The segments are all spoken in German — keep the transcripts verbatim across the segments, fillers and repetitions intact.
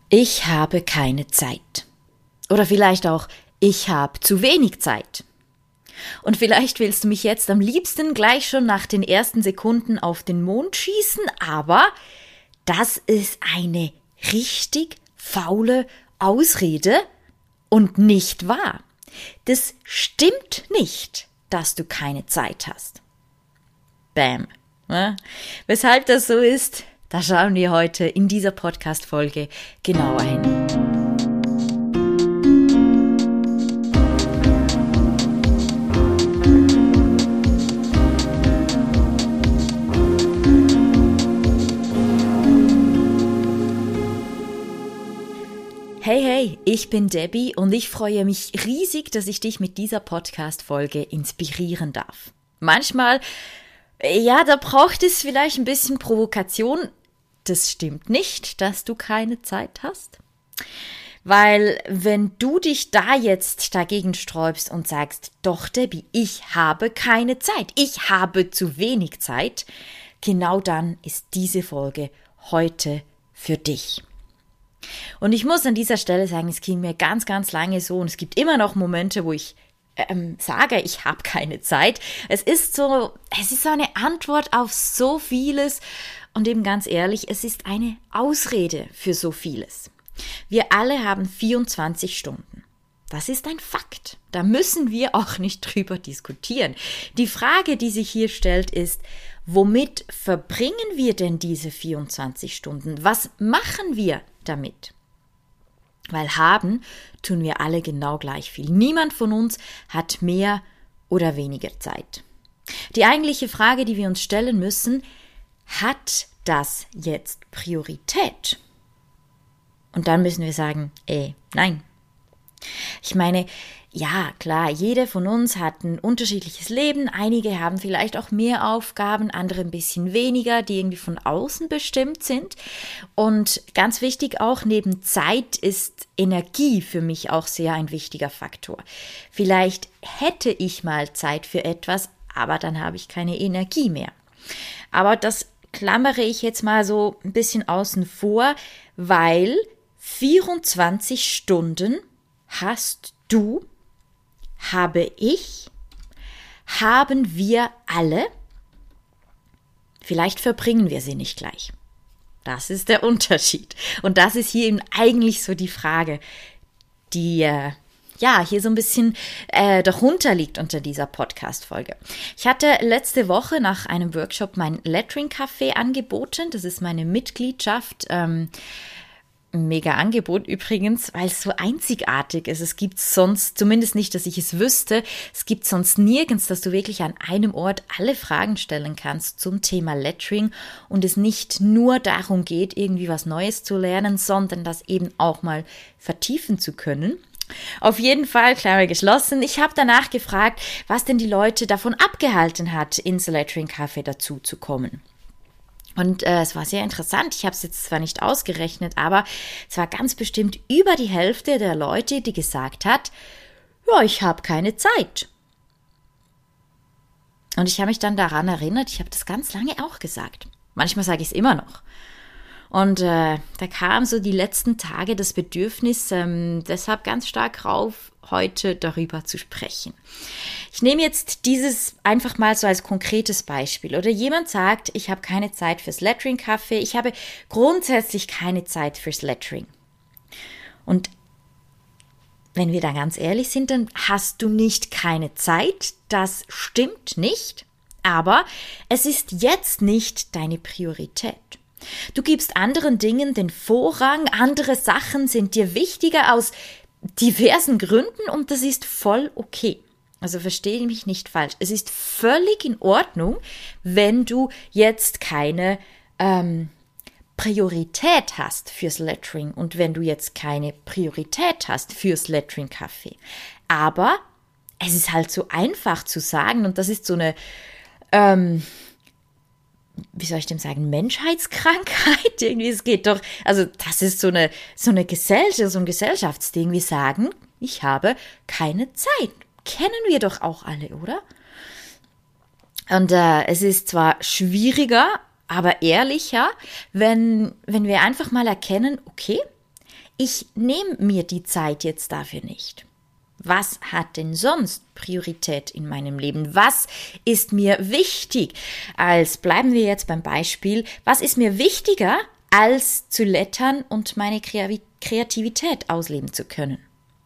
Ich habe keine Zeit. Oder vielleicht auch, ich habe zu wenig Zeit. Und vielleicht willst du mich jetzt am liebsten gleich schon nach den ersten Sekunden auf den Mond schießen, aber das ist eine richtig faule Ausrede und nicht wahr. Das stimmt nicht, dass du keine Zeit hast. Bam. Ja? Weshalb das so ist, da schauen wir heute in dieser Podcast-Folge genauer hin. Hey, hey, ich bin Debbie und ich freue mich riesig, dass ich dich mit dieser Podcast-Folge inspirieren darf. Manchmal, ja, da braucht es vielleicht ein bisschen Provokation. Das stimmt nicht, dass du keine Zeit hast. Weil wenn du dich da jetzt dagegen sträubst und sagst, doch Debbie, ich habe keine Zeit, ich habe zu wenig Zeit, genau dann ist diese Folge heute für dich. Und ich muss an dieser Stelle sagen, es ging mir ganz, ganz lange so und es gibt immer noch Momente, wo ich ähm, sage, ich habe keine Zeit. Es ist so, es ist so eine Antwort auf so vieles und eben ganz ehrlich, es ist eine Ausrede für so vieles. Wir alle haben vierundzwanzig Stunden. Das ist ein Fakt. Da müssen wir auch nicht drüber diskutieren. Die Frage, die sich hier stellt, ist, womit verbringen wir denn diese vierundzwanzig Stunden? Was machen wir damit? Weil haben tun wir alle genau gleich viel. Niemand von uns hat mehr oder weniger Zeit. Die eigentliche Frage, die wir uns stellen müssen, hat das jetzt Priorität? Und dann müssen wir sagen, äh, nein. Ich meine, ja, klar, jeder von uns hat ein unterschiedliches Leben. Einige haben vielleicht auch mehr Aufgaben, andere ein bisschen weniger, die irgendwie von außen bestimmt sind. Und ganz wichtig auch, neben Zeit ist Energie für mich auch sehr ein wichtiger Faktor. Vielleicht hätte ich mal Zeit für etwas, aber dann habe ich keine Energie mehr. Aber das klammere ich jetzt mal so ein bisschen außen vor, weil vierundzwanzig Stunden hast du, habe ich, haben wir alle. Vielleicht verbringen wir sie nicht gleich. Das ist der Unterschied. Und das ist hier eben eigentlich so die Frage, die äh, ja hier so ein bisschen äh, darunter liegt unter dieser Podcast-Folge. Ich hatte letzte Woche nach einem Workshop mein Lettering-Café angeboten. Das ist meine Mitgliedschaft. Ähm, Mega Angebot übrigens, weil es so einzigartig ist. Es gibt sonst, zumindest nicht, dass ich es wüsste, es gibt sonst nirgends, dass du wirklich an einem Ort alle Fragen stellen kannst zum Thema Lettering und es nicht nur darum geht, irgendwie was Neues zu lernen, sondern das eben auch mal vertiefen zu können. Auf jeden Fall, Klammer geschlossen. Ich habe danach gefragt, was denn die Leute davon abgehalten hat, ins Lettering Café dazu zu kommen. Und äh, es war sehr interessant, ich habe es jetzt zwar nicht ausgerechnet, aber es war ganz bestimmt über die Hälfte der Leute, die gesagt hat, ja, ich habe keine Zeit. Und ich habe mich dann daran erinnert, ich habe das ganz lange auch gesagt. Manchmal sage ich es immer noch. Und äh, da kam so die letzten Tage das Bedürfnis, ähm, deshalb ganz stark rauf, heute darüber zu sprechen. Ich nehme jetzt dieses einfach mal so als konkretes Beispiel. Oder jemand sagt, ich habe keine Zeit fürs Lettering-Café, ich habe grundsätzlich keine Zeit fürs Lettering. Und wenn wir da ganz ehrlich sind, dann hast du nicht keine Zeit, das stimmt nicht, aber es ist jetzt nicht deine Priorität. Du gibst anderen Dingen den Vorrang, andere Sachen sind dir wichtiger aus diversen Gründen und das ist voll okay. Also verstehe mich nicht falsch. Es ist völlig in Ordnung, wenn du jetzt keine ähm, Priorität hast fürs Lettering und wenn du jetzt keine Priorität hast fürs Lettering-Café. Aber es ist halt so einfach zu sagen und das ist so eine ähm, wie soll ich dem sagen, Menschheitskrankheit irgendwie, es geht doch, also das ist so eine, so eine Gesellschaft, so ein Gesellschaftsding, wir sagen, ich habe keine Zeit, kennen wir doch auch alle, oder? Und äh, es ist zwar schwieriger, aber ehrlicher, wenn, wenn wir einfach mal erkennen, okay, ich nehme mir die Zeit jetzt dafür nicht. Was hat denn sonst Priorität in meinem Leben? Was ist mir wichtig? Als bleiben wir jetzt beim Beispiel, was ist mir wichtiger, als zu lettern und meine Kreativität ausleben zu können?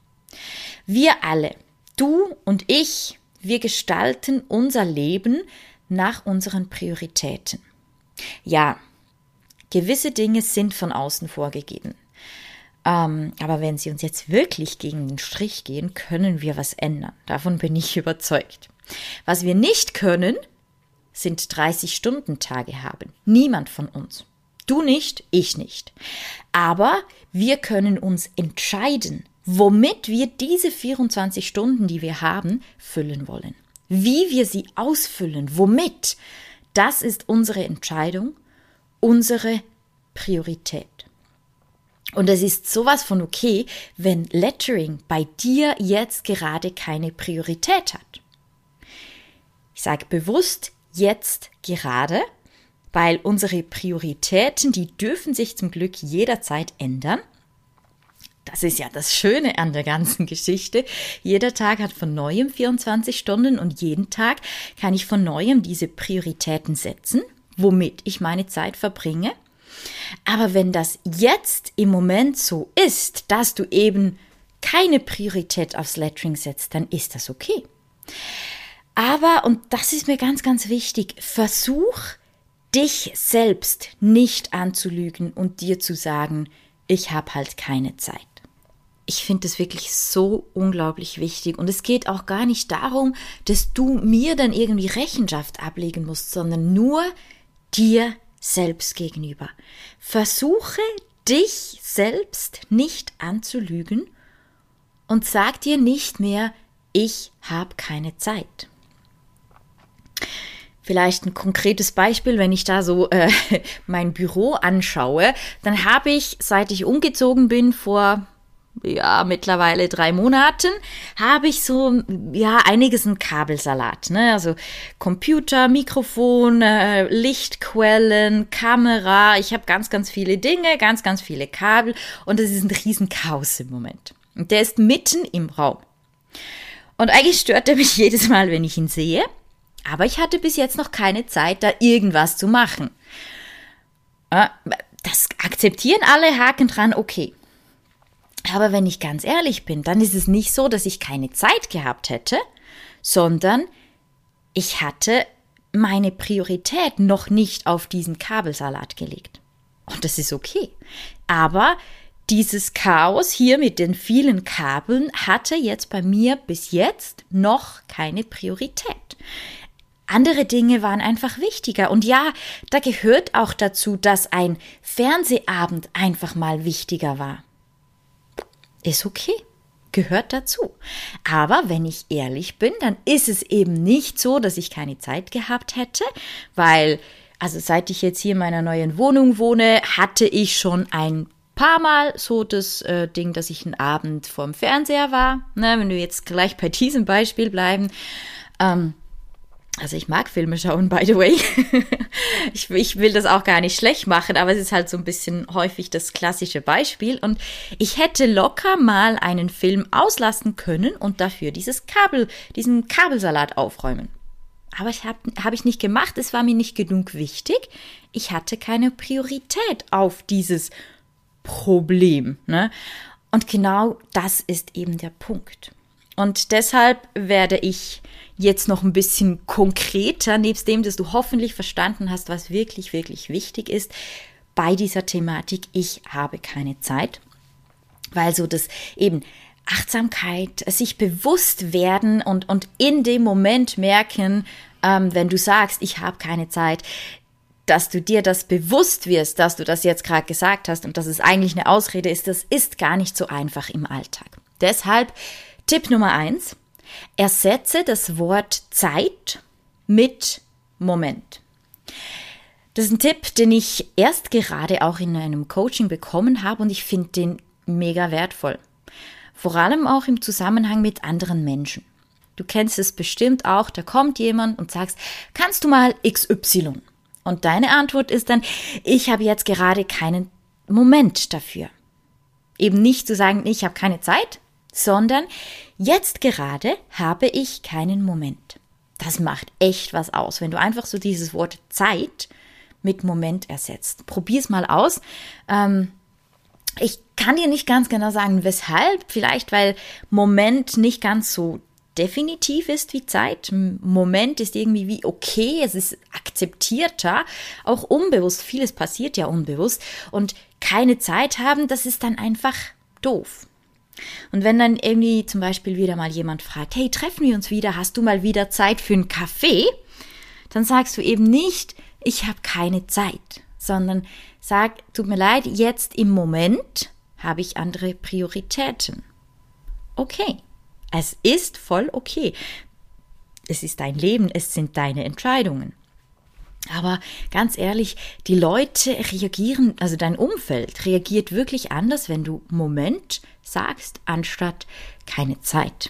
Wir alle, du und ich, wir gestalten unser Leben nach unseren Prioritäten. Ja, gewisse Dinge sind von außen vorgegeben. Ähm, aber wenn sie uns jetzt wirklich gegen den Strich gehen, können wir was ändern. Davon bin ich überzeugt. Was wir nicht können, sind dreißig-Stunden-Tage haben. Niemand von uns. Du nicht, ich nicht. Aber wir können uns entscheiden, womit wir diese vierundzwanzig Stunden, die wir haben, füllen wollen. Wie wir sie ausfüllen, womit, das ist unsere Entscheidung, unsere Priorität. Und es ist sowas von okay, wenn Lettering bei dir jetzt gerade keine Priorität hat. Ich sage bewusst jetzt gerade, weil unsere Prioritäten, die dürfen sich zum Glück jederzeit ändern. Das ist ja das Schöne an der ganzen Geschichte. Jeder Tag hat von neuem vierundzwanzig Stunden und jeden Tag kann ich von neuem diese Prioritäten setzen, womit ich meine Zeit verbringe. Aber wenn das jetzt im Moment so ist, dass du eben keine Priorität aufs Lettering setzt, dann ist das okay. Aber, und das ist mir ganz, ganz wichtig, versuch dich selbst nicht anzulügen und dir zu sagen, ich habe halt keine Zeit. Ich finde das wirklich so unglaublich wichtig und es geht auch gar nicht darum, dass du mir dann irgendwie Rechenschaft ablegen musst, sondern nur dir selbst gegenüber. Versuche dich selbst nicht anzulügen und sag dir nicht mehr, ich habe keine Zeit. Vielleicht ein konkretes Beispiel, wenn ich da so äh, mein Büro anschaue, dann habe ich, seit ich umgezogen bin, vor ja mittlerweile drei Monaten, habe ich so ja einiges an Kabelsalat, ne? Also Computer, Mikrofon, äh, Lichtquellen, Kamera. Ich habe ganz, ganz viele Dinge, ganz, ganz viele Kabel und es ist ein riesen Chaos im Moment. Und der ist mitten im Raum. Und eigentlich stört er mich jedes Mal, wenn ich ihn sehe. Aber ich hatte bis jetzt noch keine Zeit, da irgendwas zu machen. Das akzeptieren alle, Haken dran, okay. Aber wenn ich ganz ehrlich bin, dann ist es nicht so, dass ich keine Zeit gehabt hätte, sondern ich hatte meine Priorität noch nicht auf diesen Kabelsalat gelegt. Und das ist okay. Aber dieses Chaos hier mit den vielen Kabeln hatte jetzt bei mir bis jetzt noch keine Priorität. Andere Dinge waren einfach wichtiger. Und ja, da gehört auch dazu, dass ein Fernsehabend einfach mal wichtiger war. Ist okay, gehört dazu. Aber wenn ich ehrlich bin, dann ist es eben nicht so, dass ich keine Zeit gehabt hätte, weil, also seit ich jetzt hier in meiner neuen Wohnung wohne, hatte ich schon ein paar Mal so das äh, Ding, dass ich einen Abend vorm Fernseher war. Ne, wenn wir jetzt gleich bei diesem Beispiel bleiben, ähm, also ich mag Filme schauen, by the way. ich, ich will das auch gar nicht schlecht machen, aber es ist halt so ein bisschen häufig das klassische Beispiel. Und ich hätte locker mal einen Film auslassen können und dafür dieses Kabel, diesen Kabelsalat aufräumen. Aber ich habe hab ich nicht gemacht, es war mir nicht genug wichtig. Ich hatte keine Priorität auf dieses Problem, ne? Und genau das ist eben der Punkt. Und deshalb werde ich jetzt noch ein bisschen konkreter, nebst dem, dass du hoffentlich verstanden hast, was wirklich, wirklich wichtig ist bei dieser Thematik. Ich habe keine Zeit, weil so das eben Achtsamkeit, sich bewusst werden und, und in dem Moment merken, ähm, wenn du sagst, ich habe keine Zeit, dass du dir das bewusst wirst, dass du das jetzt gerade gesagt hast und dass es eigentlich eine Ausrede ist, das ist gar nicht so einfach im Alltag. Deshalb Tipp Nummer eins, ersetze das Wort Zeit mit Moment. Das ist ein Tipp, den ich erst gerade auch in einem Coaching bekommen habe und ich finde den mega wertvoll. Vor allem auch im Zusammenhang mit anderen Menschen. Du kennst es bestimmt auch, da kommt jemand und sagst, kannst du mal X Y? Und deine Antwort ist dann, ich habe jetzt gerade keinen Moment dafür. Eben nicht zu sagen, ich habe keine Zeit, sondern jetzt gerade habe ich keinen Moment. Das macht echt was aus, wenn du einfach so dieses Wort Zeit mit Moment ersetzt. Probier's mal aus. Ähm, ich kann dir nicht ganz genau sagen, weshalb. Vielleicht, weil Moment nicht ganz so definitiv ist wie Zeit. Moment ist irgendwie wie okay, es ist akzeptierter, auch unbewusst. Vieles passiert ja unbewusst. Und keine Zeit haben, das ist dann einfach doof. Und wenn dann irgendwie zum Beispiel wieder mal jemand fragt, hey, treffen wir uns wieder, hast du mal wieder Zeit für einen Kaffee? Dann sagst du eben nicht, ich habe keine Zeit, sondern sag, tut mir leid, jetzt im Moment habe ich andere Prioritäten. Okay, es ist voll okay. Es ist dein Leben, es sind deine Entscheidungen. Aber ganz ehrlich, die Leute reagieren, also dein Umfeld reagiert wirklich anders, wenn du Moment sagst, anstatt keine Zeit.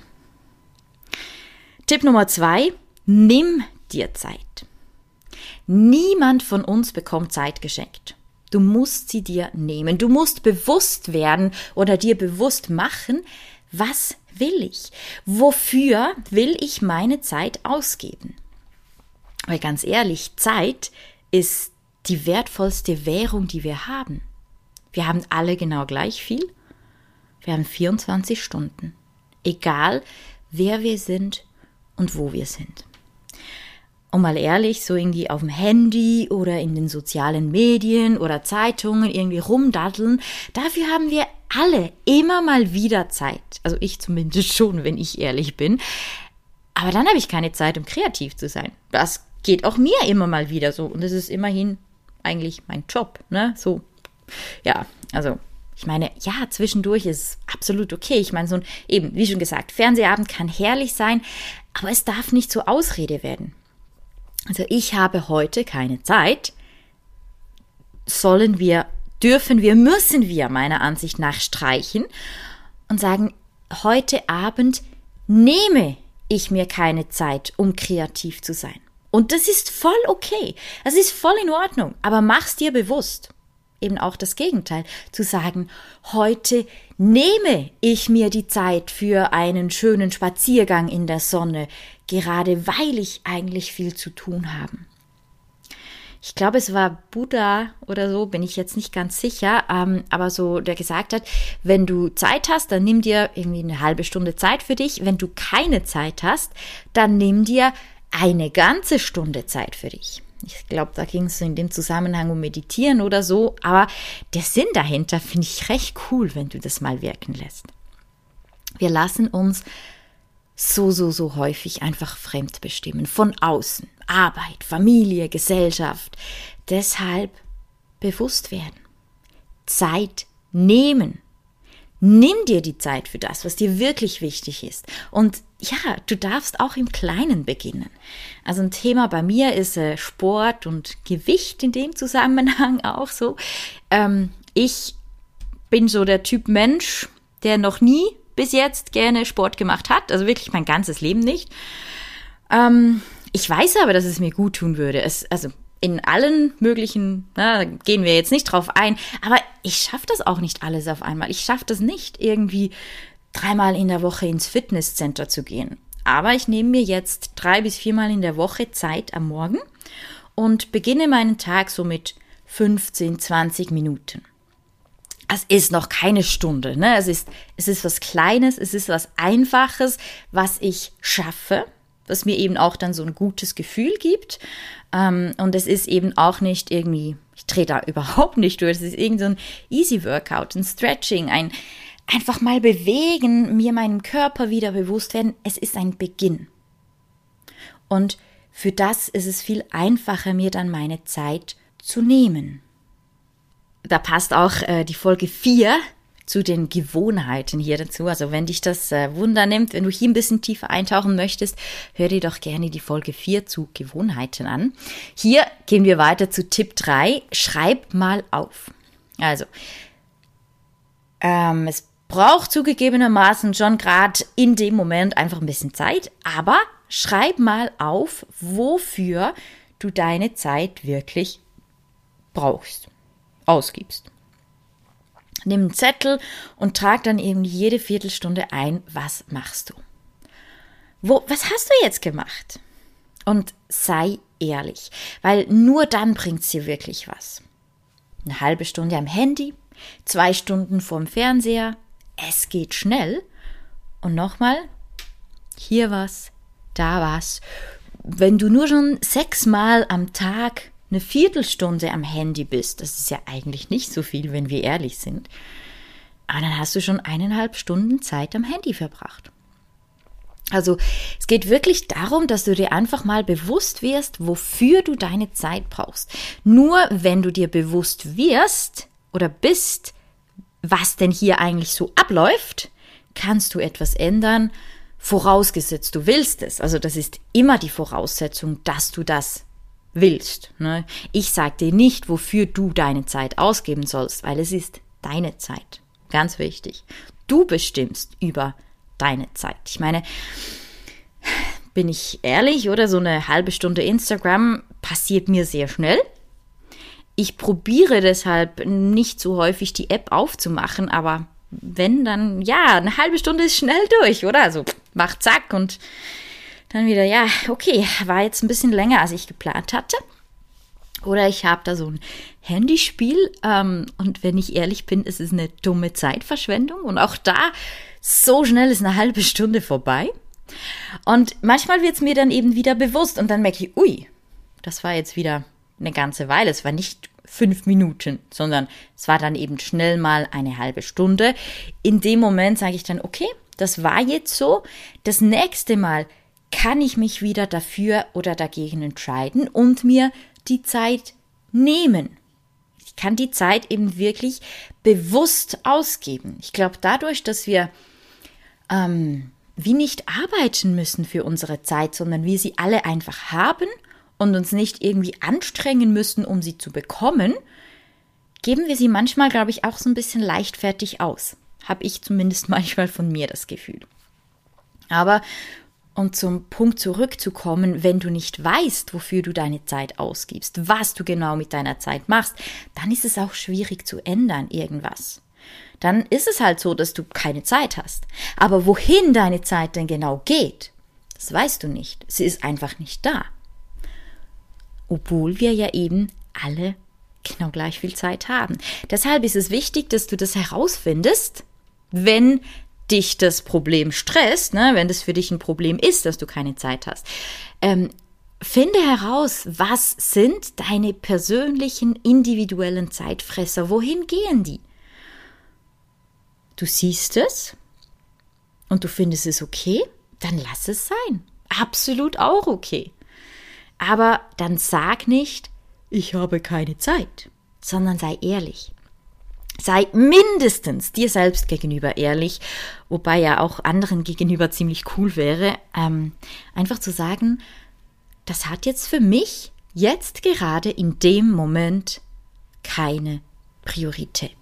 Tipp Nummer zwei, nimm dir Zeit. Niemand von uns bekommt Zeit geschenkt. Du musst sie dir nehmen. Du musst bewusst werden oder dir bewusst machen, was will ich? Wofür will ich meine Zeit ausgeben? Weil ganz ehrlich, Zeit ist die wertvollste Währung, die wir haben. Wir haben alle genau gleich viel. Wir haben vierundzwanzig Stunden. Egal, wer wir sind und wo wir sind. Und mal ehrlich, so irgendwie auf dem Handy oder in den sozialen Medien oder Zeitungen irgendwie rumdaddeln, dafür haben wir alle immer mal wieder Zeit. Also ich zumindest schon, wenn ich ehrlich bin. Aber dann habe ich keine Zeit, um kreativ zu sein. Das geht auch mir immer mal wieder so. Und das ist immerhin eigentlich mein Job, ne? So, ja, also ich meine, ja, zwischendurch ist absolut okay. Ich meine, so ein, eben, wie schon gesagt, Fernsehabend kann herrlich sein, aber es darf nicht zur Ausrede werden. Also ich habe heute keine Zeit. Sollen wir, dürfen wir, müssen wir meiner Ansicht nach streichen und sagen, heute Abend nehme ich mir keine Zeit, um kreativ zu sein. Und das ist voll okay. Das ist voll in Ordnung. Aber mach's dir bewusst. Eben auch das Gegenteil. Zu sagen, heute nehme ich mir die Zeit für einen schönen Spaziergang in der Sonne, gerade weil ich eigentlich viel zu tun habe. Ich glaube, es war Buddha oder so, bin ich jetzt nicht ganz sicher, ähm, aber so, der gesagt hat, wenn du Zeit hast, dann nimm dir irgendwie eine halbe Stunde Zeit für dich. Wenn du keine Zeit hast, dann nimm dir eine ganze Stunde Zeit für dich. Ich glaube, da ging es in dem Zusammenhang um Meditieren oder so, aber der Sinn dahinter finde ich recht cool, wenn du das mal wirken lässt. Wir lassen uns so, so, so häufig einfach fremdbestimmen, von außen, Arbeit, Familie, Gesellschaft. Deshalb bewusst werden, Zeit nehmen. Nimm dir die Zeit für das, was dir wirklich wichtig ist. Und ja, du darfst auch im Kleinen beginnen. Also ein Thema bei mir ist äh, Sport und Gewicht in dem Zusammenhang auch so. Ähm, ich bin so der Typ Mensch, der noch nie bis jetzt gerne Sport gemacht hat. Also wirklich mein ganzes Leben nicht. Ähm, ich weiß aber, dass es mir gut tun würde. Es, also in allen möglichen, na, da gehen wir jetzt nicht drauf ein, aber ich schaffe das auch nicht alles auf einmal. Ich schaffe das nicht, irgendwie dreimal in der Woche ins Fitnesscenter zu gehen. Aber ich nehme mir jetzt drei bis viermal in der Woche Zeit am Morgen und beginne meinen Tag so mit fünfzehn, zwanzig Minuten. Es ist noch keine Stunde, ne? Es ist, es ist was Kleines, es ist was Einfaches, was ich schaffe, was mir eben auch dann so ein gutes Gefühl gibt. Ähm, und es ist eben auch nicht irgendwie, ich drehe da überhaupt nicht durch, es ist irgend so ein Easy Workout, ein Stretching, ein einfach mal bewegen, mir meinem Körper wieder bewusst werden, es ist ein Beginn. Und für das ist es viel einfacher, mir dann meine Zeit zu nehmen. Da passt auch äh, die Folge vier zu den Gewohnheiten hier dazu. Also wenn dich das äh, Wunder nimmt, wenn du hier ein bisschen tiefer eintauchen möchtest, hör dir doch gerne die Folge vier zu Gewohnheiten an. Hier gehen wir weiter zu Tipp drei. Schreib mal auf. Also, ähm, es braucht zugegebenermaßen schon gerade in dem Moment einfach ein bisschen Zeit, aber schreib mal auf, wofür du deine Zeit wirklich brauchst, ausgibst. Nimm einen Zettel und trag dann eben jede Viertelstunde ein, was machst du? Wo, was hast du jetzt gemacht? Und sei ehrlich, weil nur dann bringt's dir wirklich was. Eine halbe Stunde am Handy, zwei Stunden vorm Fernseher, es geht schnell. Und nochmal, hier was, da was. Wenn du nur schon sechsmal am Tag eine Viertelstunde am Handy bist, das ist ja eigentlich nicht so viel, wenn wir ehrlich sind, aber dann hast du schon eineinhalb Stunden Zeit am Handy verbracht. Also es geht wirklich darum, dass du dir einfach mal bewusst wirst, wofür du deine Zeit brauchst. Nur wenn du dir bewusst wirst oder bist, was denn hier eigentlich so abläuft, kannst du etwas ändern, vorausgesetzt du willst es. Also das ist immer die Voraussetzung, dass du das willst. Ne? Ich sage dir nicht, wofür du deine Zeit ausgeben sollst, weil es ist deine Zeit. Ganz wichtig. Du bestimmst über deine Zeit. Ich meine, bin ich ehrlich, oder so eine halbe Stunde Instagram passiert mir sehr schnell. Ich probiere deshalb nicht so häufig die App aufzumachen, aber wenn, dann, ja, eine halbe Stunde ist schnell durch, oder? Also mach zack und dann wieder, ja, okay, war jetzt ein bisschen länger, als ich geplant hatte. Oder ich habe da so ein Handyspiel ähm, und wenn ich ehrlich bin, ist es eine dumme Zeitverschwendung und auch da, so schnell ist eine halbe Stunde vorbei. Und manchmal wird es mir dann eben wieder bewusst und dann merke ich, ui, das war jetzt wieder eine ganze Weile. Es war nicht fünf Minuten, sondern es war dann eben schnell mal eine halbe Stunde. In dem Moment sage ich dann, okay, das war jetzt so. Das nächste Mal kann ich mich wieder dafür oder dagegen entscheiden und mir die Zeit nehmen. Ich kann die Zeit eben wirklich bewusst ausgeben. Ich glaube, dadurch, dass wir ähm, wie nicht arbeiten müssen für unsere Zeit, sondern wir sie alle einfach haben und uns nicht irgendwie anstrengen müssen, um sie zu bekommen, geben wir sie manchmal, glaube ich, auch so ein bisschen leichtfertig aus. Habe ich zumindest manchmal von mir das Gefühl. Aber um zum Punkt zurückzukommen, wenn du nicht weißt, wofür du deine Zeit ausgibst, was du genau mit deiner Zeit machst, dann ist es auch schwierig zu ändern, irgendwas. Dann ist es halt so, dass du keine Zeit hast. Aber wohin deine Zeit denn genau geht, das weißt du nicht. Sie ist einfach nicht da. Obwohl wir ja eben alle genau gleich viel Zeit haben. Deshalb ist es wichtig, dass du das herausfindest, wenn dich das Problem stresst, ne, wenn das für dich ein Problem ist, dass du keine Zeit hast. Ähm, finde heraus, was sind deine persönlichen, individuellen Zeitfresser? Wohin gehen die? Du siehst es und du findest es okay, dann lass es sein. Absolut auch okay. Aber dann sag nicht, ich habe keine Zeit, sondern sei ehrlich. Sei mindestens dir selbst gegenüber ehrlich, wobei ja auch anderen gegenüber ziemlich cool wäre, ähm, einfach zu sagen, das hat jetzt für mich jetzt gerade in dem Moment keine Priorität.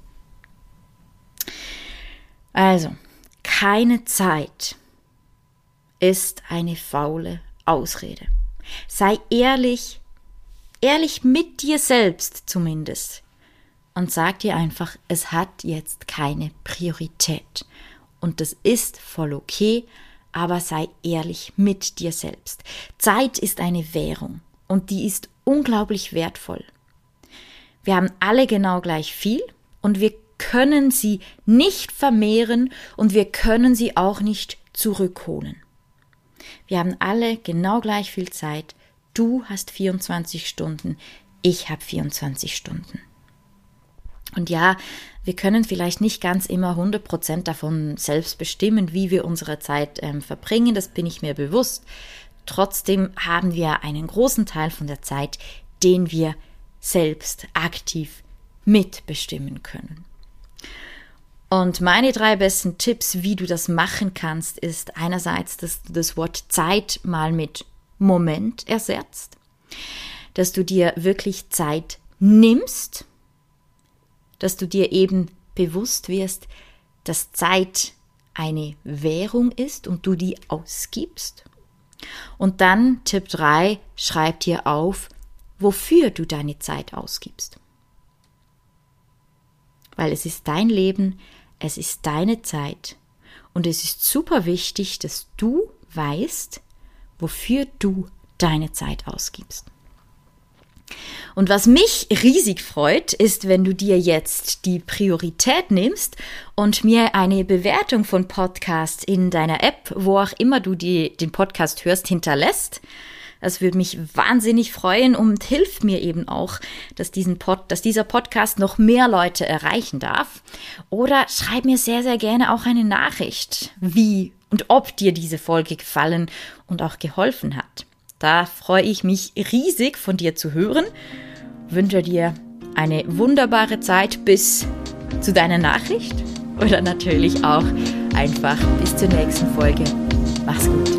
Also, keine Zeit ist eine faule Ausrede. Sei ehrlich, ehrlich mit dir selbst zumindest. Und sag dir einfach, es hat jetzt keine Priorität. Und das ist voll okay, aber sei ehrlich mit dir selbst. Zeit ist eine Währung und die ist unglaublich wertvoll. Wir haben alle genau gleich viel und wir können sie nicht vermehren und wir können sie auch nicht zurückholen. Wir haben alle genau gleich viel Zeit. Du hast vierundzwanzig Stunden, ich habe vierundzwanzig Stunden. Und ja, wir können vielleicht nicht ganz immer hundert Prozent davon selbst bestimmen, wie wir unsere Zeit ähm, verbringen, das bin ich mir bewusst. Trotzdem haben wir einen großen Teil von der Zeit, den wir selbst aktiv mitbestimmen können. Und meine drei besten Tipps, wie du das machen kannst, ist einerseits, dass du das Wort Zeit mal mit Moment ersetzt, dass du dir wirklich Zeit nimmst, dass du dir eben bewusst wirst, dass Zeit eine Währung ist und du die ausgibst. Und dann Tipp drei, schreib dir auf, wofür du deine Zeit ausgibst. weil es ist dein Leben, es ist deine Zeit und es ist super wichtig, dass du weißt, wofür du deine Zeit ausgibst. Und was mich riesig freut, ist, wenn du dir jetzt die Priorität nimmst und mir eine Bewertung von Podcasts in deiner App, wo auch immer du die, den Podcast hörst, hinterlässt. Das würde mich wahnsinnig freuen und hilft mir eben auch, dass, diesen Pod, dass dieser Podcast noch mehr Leute erreichen darf. Oder schreib mir sehr, sehr gerne auch eine Nachricht, wie und ob dir diese Folge gefallen und auch geholfen hat. Da freue ich mich riesig, von dir zu hören. Wünsche dir eine wunderbare Zeit bis zu deiner Nachricht oder natürlich auch einfach bis zur nächsten Folge. Mach's gut.